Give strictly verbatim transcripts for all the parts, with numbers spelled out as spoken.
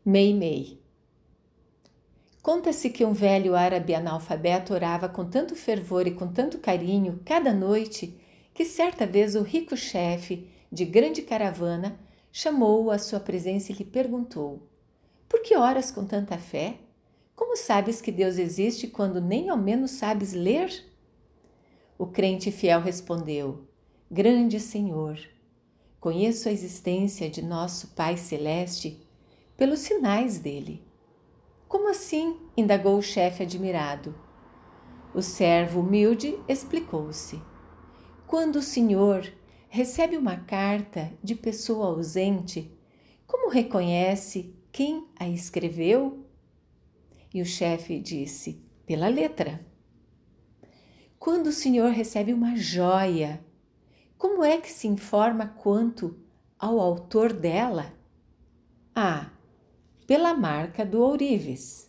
Meimei. Conta-se que um velho árabe analfabeto orava com tanto fervor e com tanto carinho cada noite que certa vez o rico chefe de grande caravana chamou-o à sua presença e lhe perguntou: por que oras com tanta fé? Como sabes que Deus existe quando nem ao menos sabes ler? O crente fiel respondeu: Grande Senhor, conheço a existência de nosso Pai Celeste pelos sinais dele. Como assim? Indagou o chefe admirado. O servo humilde explicou-se. Quando o senhor recebe uma carta de pessoa ausente, como reconhece quem a escreveu? E o chefe disse, pela letra. Quando o senhor recebe uma joia, como é que se informa quanto ao autor dela? Ah, pela marca do ourives.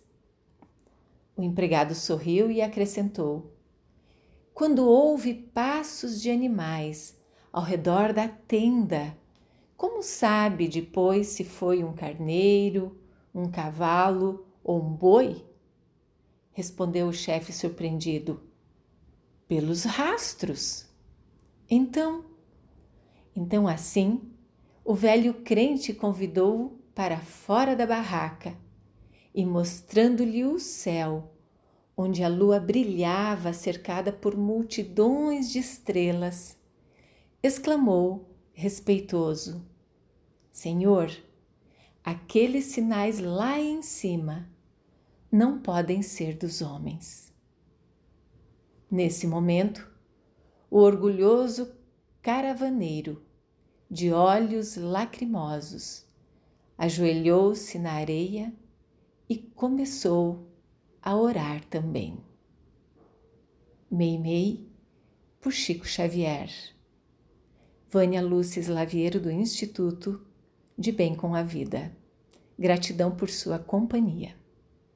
O empregado sorriu e acrescentou: quando houve passos de animais ao redor da tenda, como sabe depois se foi um carneiro, um cavalo ou um boi? Respondeu o chefe surpreendido. Pelos rastros. Então, então assim, o velho crente convidou-o para fora da barraca e, mostrando-lhe o céu, onde a lua brilhava cercada por multidões de estrelas, exclamou respeitoso: Senhor, aqueles sinais lá em cima não podem ser dos homens. Nesse momento, o orgulhoso caravaneiro, de olhos lacrimosos, ajoelhou-se na areia e começou a orar também. Meimei, por Chico Xavier. Vânia Lúcia Slaviero, do Instituto de Bem com a Vida. Gratidão por sua companhia.